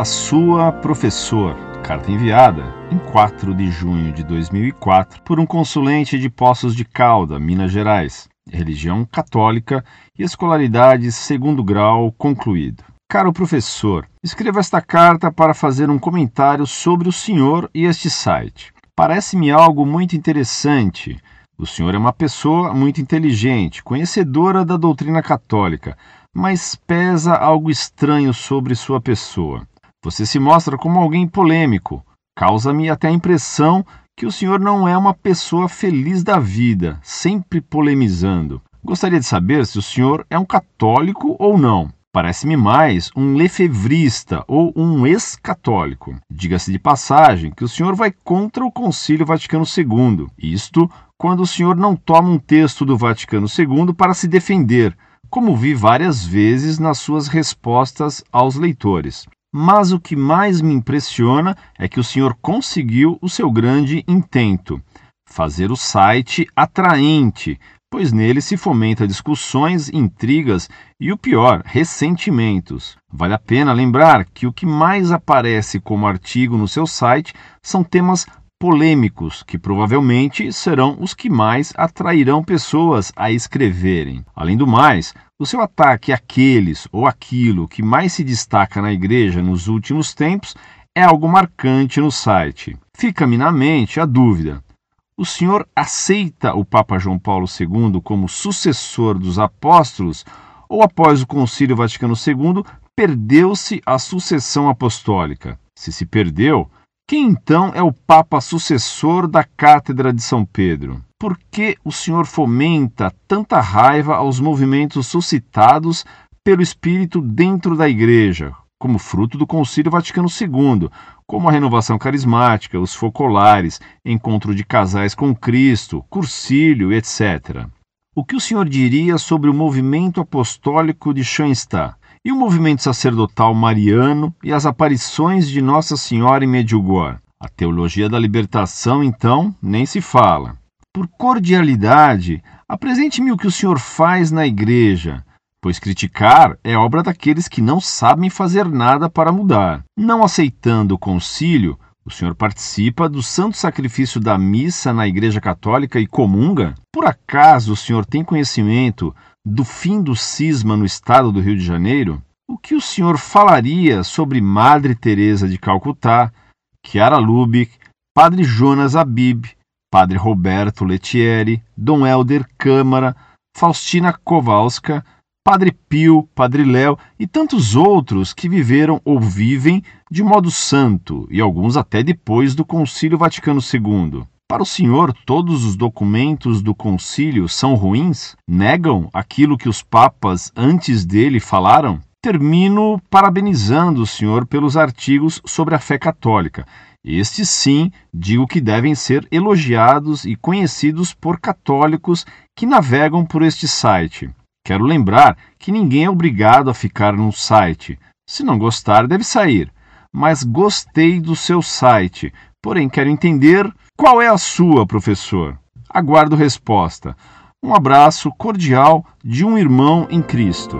sua, professor. Carta enviada em 4 de junho de 2004 por um consulente de Poços de Calda, Minas Gerais. Religião católica e escolaridade 2º grau concluído. Caro professor, escrevo esta carta para fazer um comentário sobre o senhor e este site. Parece-me algo muito interessante. O senhor é uma pessoa muito inteligente, conhecedora da doutrina católica, mas pesa algo estranho sobre sua pessoa. Você se mostra como alguém polêmico. Causa-me até a impressão que o senhor não é uma pessoa feliz da vida, sempre polemizando. Gostaria de saber se o senhor é um católico ou não. Parece-me mais um lefevrista ou um ex-católico. Diga-se de passagem que o senhor vai contra o Concílio Vaticano II. Isto quando o senhor não toma um texto do Vaticano II para se defender, como vi várias vezes nas suas respostas aos leitores. Mas o que mais me impressiona é que o senhor conseguiu o seu grande intento, fazer o site atraente, pois nele se fomenta discussões, intrigas e, o pior, ressentimentos. Vale a pena lembrar que o que mais aparece como artigo no seu site são temas polêmicos, que provavelmente serão os que mais atrairão pessoas a escreverem. Além do mais, o seu ataque àqueles ou aquilo que mais se destaca na igreja nos últimos tempos é algo marcante no site. Fica-me na mente a dúvida: o senhor aceita o Papa João Paulo II como sucessor dos apóstolos ou, após o Concílio Vaticano II, perdeu-se a sucessão apostólica? Se perdeu, quem então é o Papa sucessor da Cátedra de São Pedro? Por que o senhor fomenta tanta raiva aos movimentos suscitados pelo Espírito dentro da Igreja, como fruto do Concílio Vaticano II, como a renovação carismática, os focolares, encontro de casais com Cristo, cursílio, etc. O que o senhor diria sobre o movimento apostólico de Schoenstatt e o movimento sacerdotal mariano e as aparições de Nossa Senhora em Medjugorje? A teologia da libertação, então, nem se fala. Por cordialidade, apresente-me o que o senhor faz na igreja, pois criticar é obra daqueles que não sabem fazer nada para mudar. Não aceitando o concílio, o senhor participa do santo sacrifício da missa na Igreja Católica e comunga? Por acaso o senhor tem conhecimento do fim do cisma no estado do Rio de Janeiro? O que o senhor falaria sobre Madre Teresa de Calcutá, Chiara Lubich, Padre Jonas Habib, Padre Roberto Lettieri, Dom Helder Câmara, Faustina Kowalska, Padre Pio, Padre Léo e tantos outros que viveram ou vivem de modo santo, e alguns até depois do Concílio Vaticano II? Para o senhor, todos os documentos do concílio são ruins? Negam aquilo que os papas antes dele falaram? Termino parabenizando o senhor pelos artigos sobre a fé católica. Estes, sim, digo que devem ser elogiados e conhecidos por católicos que navegam por este site. Quero lembrar que ninguém é obrigado a ficar no site. Se não gostar, deve sair. Mas gostei do seu site, porém quero entender qual é a sua, professor. Aguardo resposta. Um abraço cordial de um irmão em Cristo.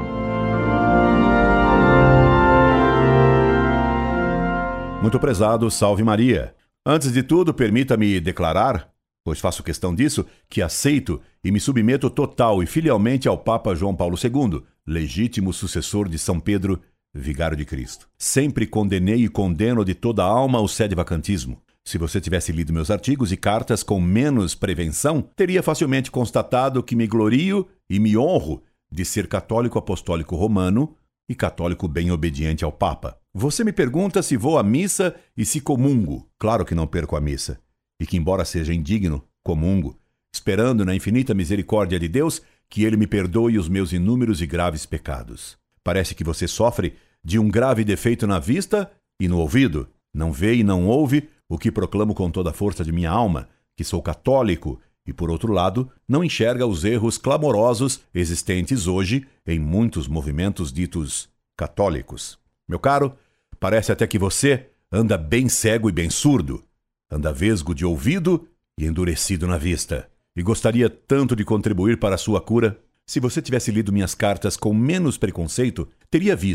Muito prezado, salve Maria. Antes de tudo, permita-me declarar, pois faço questão disso, que aceito e me submeto total e filialmente ao Papa João Paulo II, legítimo sucessor de São Pedro, vigário de Cristo. Sempre condenei e condeno de toda a alma o sedevacantismo. Se você tivesse lido meus artigos e cartas com menos prevenção, teria facilmente constatado que me glorio e me honro de ser católico apostólico romano e católico bem obediente ao Papa. Você me pergunta se vou à missa e se comungo. Claro que não perco a missa. E que, embora seja indigno, comungo, esperando na infinita misericórdia de Deus que Ele me perdoe os meus inúmeros e graves pecados. Parece que você sofre de um grave defeito na vista e no ouvido. Não vê e não ouve o que proclamo com toda a força de minha alma, que sou católico, e, por outro lado, não enxerga os erros clamorosos existentes hoje em muitos movimentos ditos católicos. Meu caro, parece até que você anda bem cego e bem surdo, anda vesgo de ouvido e endurecido na vista. E gostaria tanto de contribuir para a sua cura. Se você tivesse lido minhas cartas com menos preconceito, teria visto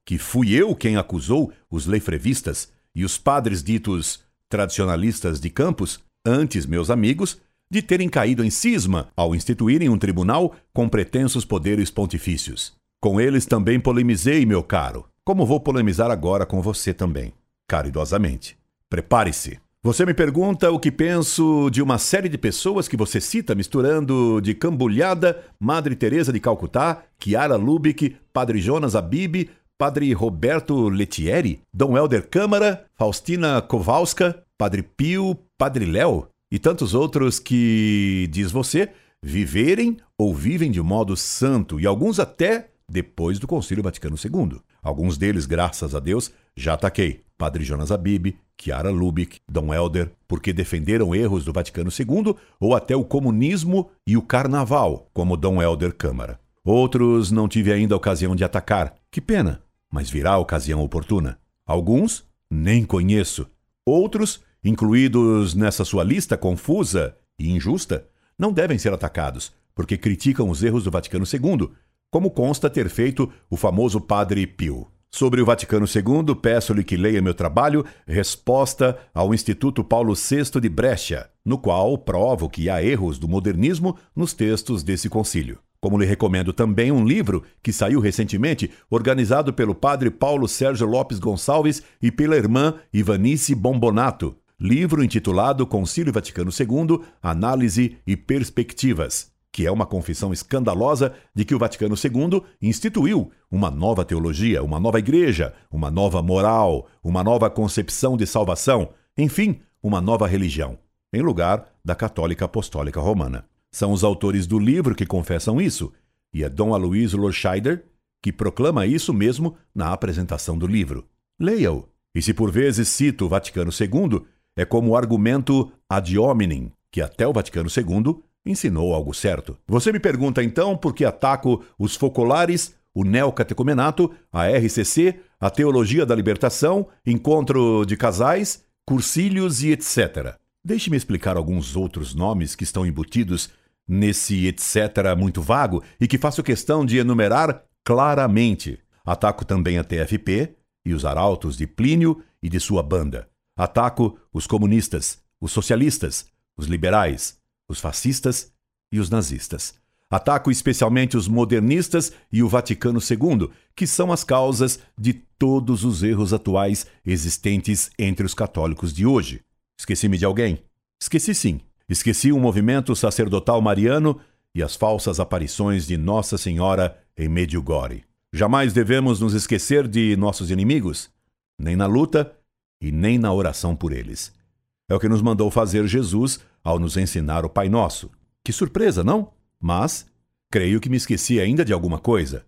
que fui eu quem acusou os lefrevistas e os padres ditos tradicionalistas de Campos, antes meus amigos, de terem caído em cisma ao instituírem um tribunal com pretensos poderes pontifícios. Com eles também polemizei, meu caro, como vou polemizar agora com você também, caridosamente. Prepare-se. Você me pergunta o que penso de uma série de pessoas que você cita, misturando de Cambulhada, Madre Teresa de Calcutá, Chiara Lubick, Padre Jonas Abib, Padre Roberto Lettieri, Dom Helder Câmara, Faustina Kowalska, Padre Pio, Padre Léo e tantos outros que, diz você, viverem ou vivem de modo santo e alguns até depois do Concílio Vaticano II. Alguns deles, graças a Deus, já ataquei. Padre Jonas Abib, Chiara Lubick, Dom Helder, porque defenderam erros do Vaticano II ou até o comunismo e o carnaval, como Dom Helder Câmara. Outros não tive ainda a ocasião de atacar. Que pena, mas virá a ocasião oportuna. Alguns nem conheço. Outros, incluídos nessa sua lista confusa e injusta, não devem ser atacados, porque criticam os erros do Vaticano II, como consta ter feito o famoso Padre Pio. Sobre o Vaticano II, peço-lhe que leia meu trabalho Resposta ao Instituto Paulo VI de Brescia, no qual provo que há erros do modernismo nos textos desse concílio. Como lhe recomendo também um livro que saiu recentemente, organizado pelo padre Paulo Sérgio Lopes Gonçalves e pela irmã Ivanice Bombonato, livro intitulado Concílio Vaticano II, Análise e Perspectivas, que é uma confissão escandalosa de que o Vaticano II instituiu uma nova teologia, uma nova igreja, uma nova moral, uma nova concepção de salvação, enfim, uma nova religião, em lugar da católica apostólica romana. São os autores do livro que confessam isso, e é Dom Aloysio Lorscheider que proclama isso mesmo na apresentação do livro. Leia-o, e se por vezes cito o Vaticano II, é como argumento ad hominem, que até o Vaticano II ensinou algo certo. Você me pergunta então por que ataco os focolares, o neocatecumenato, a RCC, a Teologia da Libertação, Encontro de Casais, Cursílios e etc. Deixe-me explicar alguns outros nomes que estão embutidos nesse etc. muito vago e que faço questão de enumerar claramente. Ataco também a TFP e os arautos de Plínio e de sua banda. Ataco os comunistas, os socialistas, os liberais, os fascistas e os nazistas. Ataco especialmente os modernistas e o Vaticano II, que são as causas de todos os erros atuais existentes entre os católicos de hoje. Esqueci-me de alguém? Esqueci sim. Esqueci o movimento sacerdotal mariano e as falsas aparições de Nossa Senhora em Medjugorje. Jamais devemos nos esquecer de nossos inimigos, nem na luta e nem na oração por eles. É o que nos mandou fazer Jesus ao nos ensinar o Pai Nosso. Que surpresa, não? Mas creio que me esqueci ainda de alguma coisa.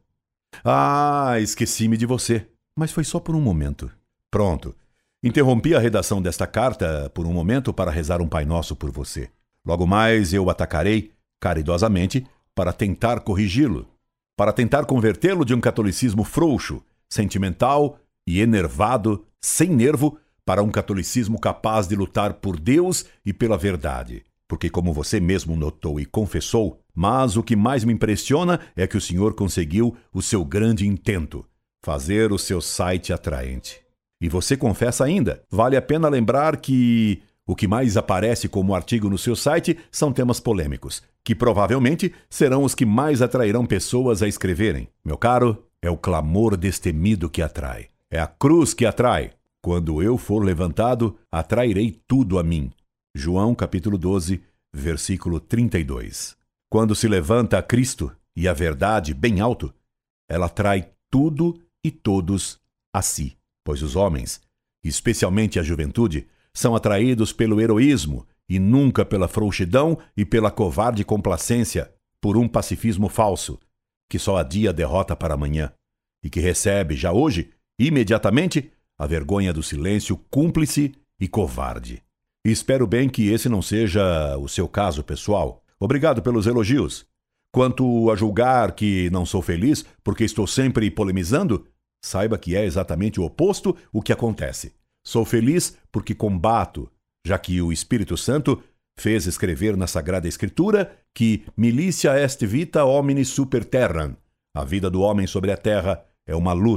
Esqueci-me de você. Mas foi só por um momento. Pronto. Interrompi a redação desta carta por um momento para rezar um Pai Nosso por você. Logo mais eu atacarei, caridosamente, para tentar corrigi-lo, para tentar convertê-lo de um catolicismo frouxo, sentimental e enervado, sem nervo, para um catolicismo capaz de lutar por Deus e pela verdade. Porque, como você mesmo notou e confessou, mas o que mais me impressiona é que o senhor conseguiu o seu grande intento, fazer o seu site atraente. E você confessa ainda, vale a pena lembrar que o que mais aparece como artigo no seu site são temas polêmicos, que provavelmente serão os que mais atrairão pessoas a escreverem. Meu caro, é o clamor destemido que atrai. É a cruz que atrai. Quando eu for levantado, atrairei tudo a mim. João capítulo 12, versículo 32. Quando se levanta a Cristo e a verdade bem alto, ela atrai tudo e todos a si. Pois os homens, especialmente a juventude, são atraídos pelo heroísmo e nunca pela frouxidão e pela covarde complacência, por um pacifismo falso, que só adia a derrota para amanhã, e que recebe já hoje, imediatamente, a vergonha do silêncio cúmplice e covarde. E espero bem que esse não seja o seu caso pessoal. Obrigado pelos elogios. Quanto a julgar que não sou feliz porque estou sempre polemizando, saiba que é exatamente o oposto o que acontece. Sou feliz porque combato, já que o Espírito Santo fez escrever na Sagrada Escritura que militia est vita homini super terram. A vida do homem sobre a terra é uma luta,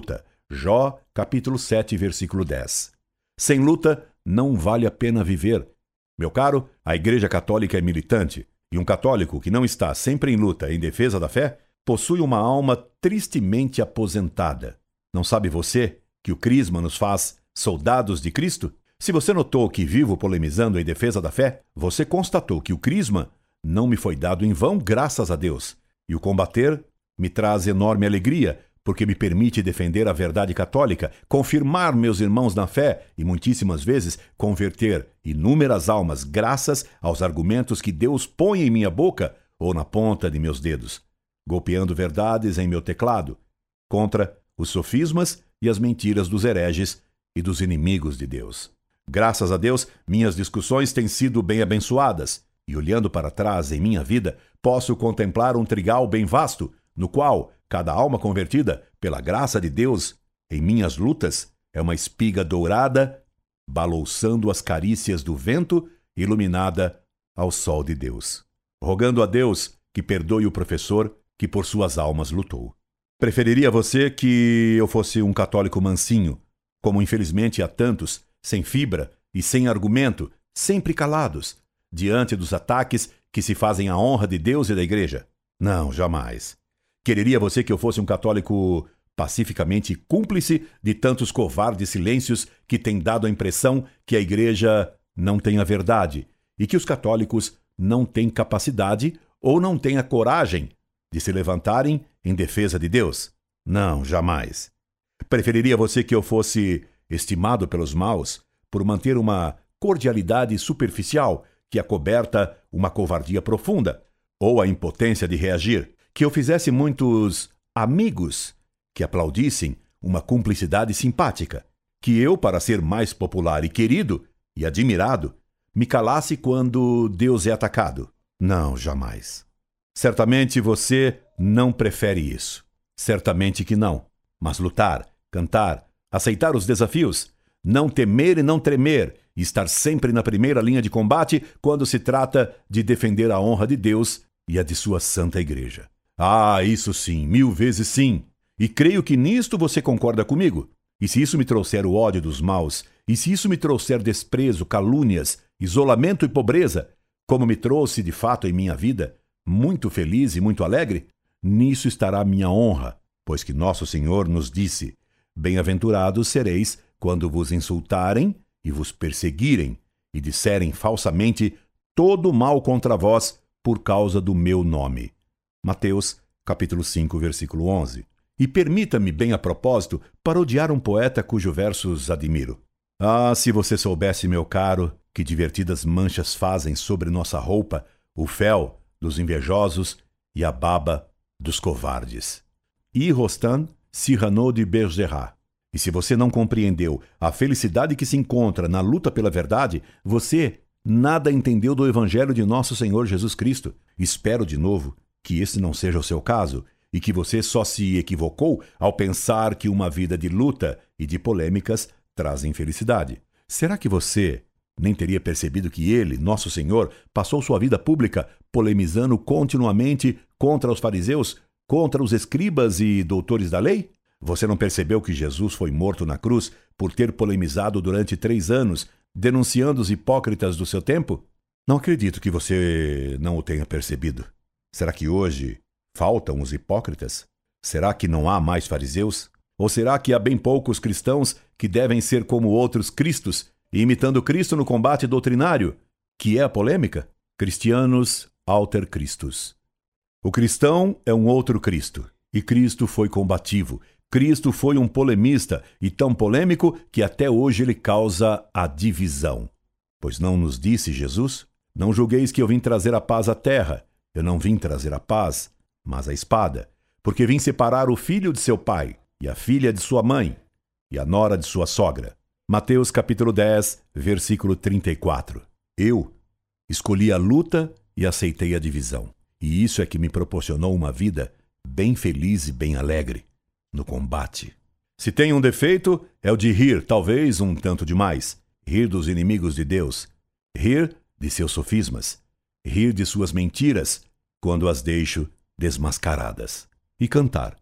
Jó, capítulo 7, versículo 10. Sem luta, não vale a pena viver. Meu caro, a Igreja Católica é militante, e um católico que não está sempre em luta em defesa da fé, possui uma alma tristemente aposentada. Não sabe você que o crisma nos faz soldados de Cristo? Se você notou que vivo polemizando em defesa da fé, você constatou que o crisma não me foi dado em vão, graças a Deus. E o combater me traz enorme alegria, porque me permite defender a verdade católica, confirmar meus irmãos na fé e, muitíssimas vezes, converter inúmeras almas graças aos argumentos que Deus põe em minha boca ou na ponta de meus dedos, golpeando verdades em meu teclado, contra os sofismas e as mentiras dos hereges e dos inimigos de Deus. Graças a Deus, minhas discussões têm sido bem abençoadas, e olhando para trás em minha vida, posso contemplar um trigal bem vasto, no qual cada alma convertida, pela graça de Deus, em minhas lutas, é uma espiga dourada, balouçando as carícias do vento, iluminada ao sol de Deus. Rogando a Deus que perdoe o professor que por suas almas lutou. Preferiria você que eu fosse um católico mansinho, como infelizmente há tantos, sem fibra e sem argumento, sempre calados, diante dos ataques que se fazem à honra de Deus e da Igreja? Não, jamais. Quereria você que eu fosse um católico pacificamente cúmplice de tantos covardes silêncios que têm dado a impressão que a Igreja não tem a verdade e que os católicos não têm capacidade ou não têm a coragem de se levantarem em defesa de Deus? Não, jamais. Preferiria você que eu fosse estimado pelos maus por manter uma cordialidade superficial que acoberta uma covardia profunda, ou a impotência de reagir, que eu fizesse muitos amigos que aplaudissem uma cumplicidade simpática, que eu, para ser mais popular e querido e admirado, me calasse quando Deus é atacado? Não, jamais. Certamente você não prefere isso. Certamente que não. Mas lutar, cantar, aceitar os desafios, não temer e não tremer, e estar sempre na primeira linha de combate quando se trata de defender a honra de Deus e a de sua Santa Igreja. Ah, isso sim, 1000 vezes sim. E creio que nisto você concorda comigo. E se isso me trouxer o ódio dos maus, e se isso me trouxer desprezo, calúnias, isolamento e pobreza, como me trouxe de fato em minha vida, muito feliz e muito alegre, nisso estará minha honra, pois que nosso Senhor nos disse: bem-aventurados sereis quando vos insultarem e vos perseguirem, e disserem falsamente todo mal contra vós por causa do meu nome. Mateus, capítulo 5, versículo 11. E permita-me, bem a propósito, parodiar um poeta cujos versos admiro. Ah, se você soubesse, meu caro, que divertidas manchas fazem sobre nossa roupa o fel dos invejosos e a baba dos covardes. I. Rostand, Cyrano de Bergerac. E se você não compreendeu a felicidade que se encontra na luta pela verdade, você nada entendeu do Evangelho de nosso Senhor Jesus Cristo. Espero, de novo, que esse não seja o seu caso e que você só se equivocou ao pensar que uma vida de luta e de polêmicas trazem felicidade. Será que você nem teria percebido que ele, nosso Senhor, passou sua vida pública polemizando continuamente contra os fariseus, contra os escribas e doutores da lei? Você não percebeu que Jesus foi morto na cruz por ter polemizado durante 3 anos, denunciando os hipócritas do seu tempo? Não acredito que você não o tenha percebido. Será que hoje faltam os hipócritas? Será que não há mais fariseus? Ou será que há bem poucos cristãos que devem ser como outros cristos, imitando Cristo no combate doutrinário, que é a polêmica? Christianus alter Christus. O cristão é um outro Cristo, e Cristo foi combativo. Cristo foi um polemista, e tão polêmico que até hoje ele causa a divisão. Pois não nos disse Jesus? Não julgueis que eu vim trazer a paz à terra. Eu não vim trazer a paz, mas a espada, porque vim separar o filho de seu pai, e a filha de sua mãe, e a nora de sua sogra. Mateus capítulo 10, versículo 34. Eu escolhi a luta e aceitei a divisão. E isso é que me proporcionou uma vida bem feliz e bem alegre no combate. Se tem um defeito, é o de rir, talvez um tanto demais. Rir dos inimigos de Deus. Rir de seus sofismas. Rir de suas mentiras quando as deixo desmascaradas. E cantar.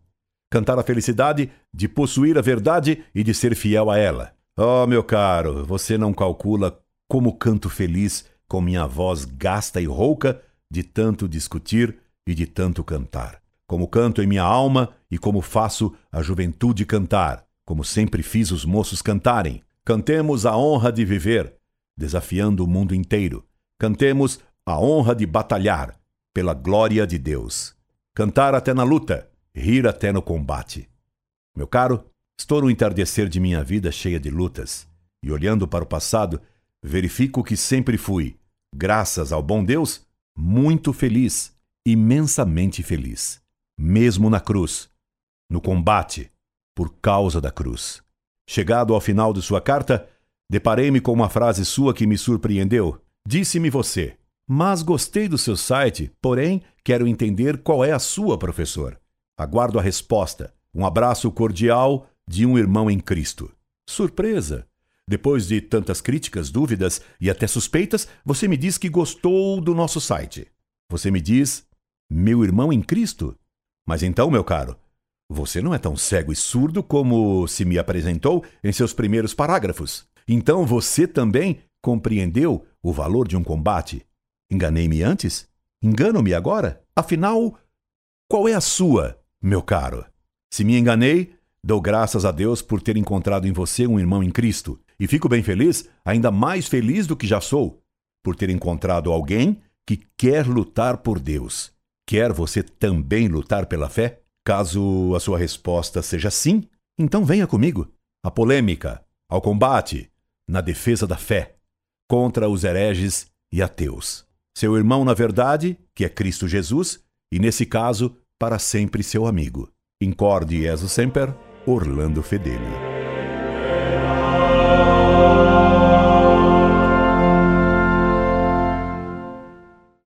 Cantar a felicidade de possuir a verdade e de ser fiel a ela. Oh, meu caro, você não calcula como canto feliz com minha voz gasta e rouca de tanto discutir e de tanto cantar. Como canto em minha alma e como faço a juventude cantar, como sempre fiz os moços cantarem. Cantemos a honra de viver, desafiando o mundo inteiro. Cantemos a honra de batalhar pela glória de Deus. Cantar até na luta, rir até no combate. Meu caro, estou no entardecer de minha vida cheia de lutas, e olhando para o passado, verifico que sempre fui, graças ao bom Deus, muito feliz, imensamente feliz. Mesmo na cruz, no combate, por causa da cruz. Chegado ao final de sua carta, deparei-me com uma frase sua que me surpreendeu. Disse-me você: mas gostei do seu site, porém quero entender qual é a sua, professor. Aguardo a resposta. Um abraço cordial de um irmão em Cristo. Surpresa! Depois de tantas críticas, dúvidas e até suspeitas, você me diz que gostou do nosso site. Você me diz, meu irmão em Cristo? Mas então, meu caro, você não é tão cego e surdo como se me apresentou em seus primeiros parágrafos. Então você também compreendeu o valor de um combate. Enganei-me antes? Engano-me agora? Afinal, qual é a sua, meu caro? Se me enganei, dou graças a Deus por ter encontrado em você um irmão em Cristo. E fico bem feliz, ainda mais feliz do que já sou, por ter encontrado alguém que quer lutar por Deus. Quer você também lutar pela fé? Caso a sua resposta seja sim, então venha comigo. À polêmica, ao combate, na defesa da fé, contra os hereges e ateus. Seu irmão na verdade, que é Cristo Jesus, e nesse caso, para sempre seu amigo. Incorde Jesus Semper, Orlando Fedeli.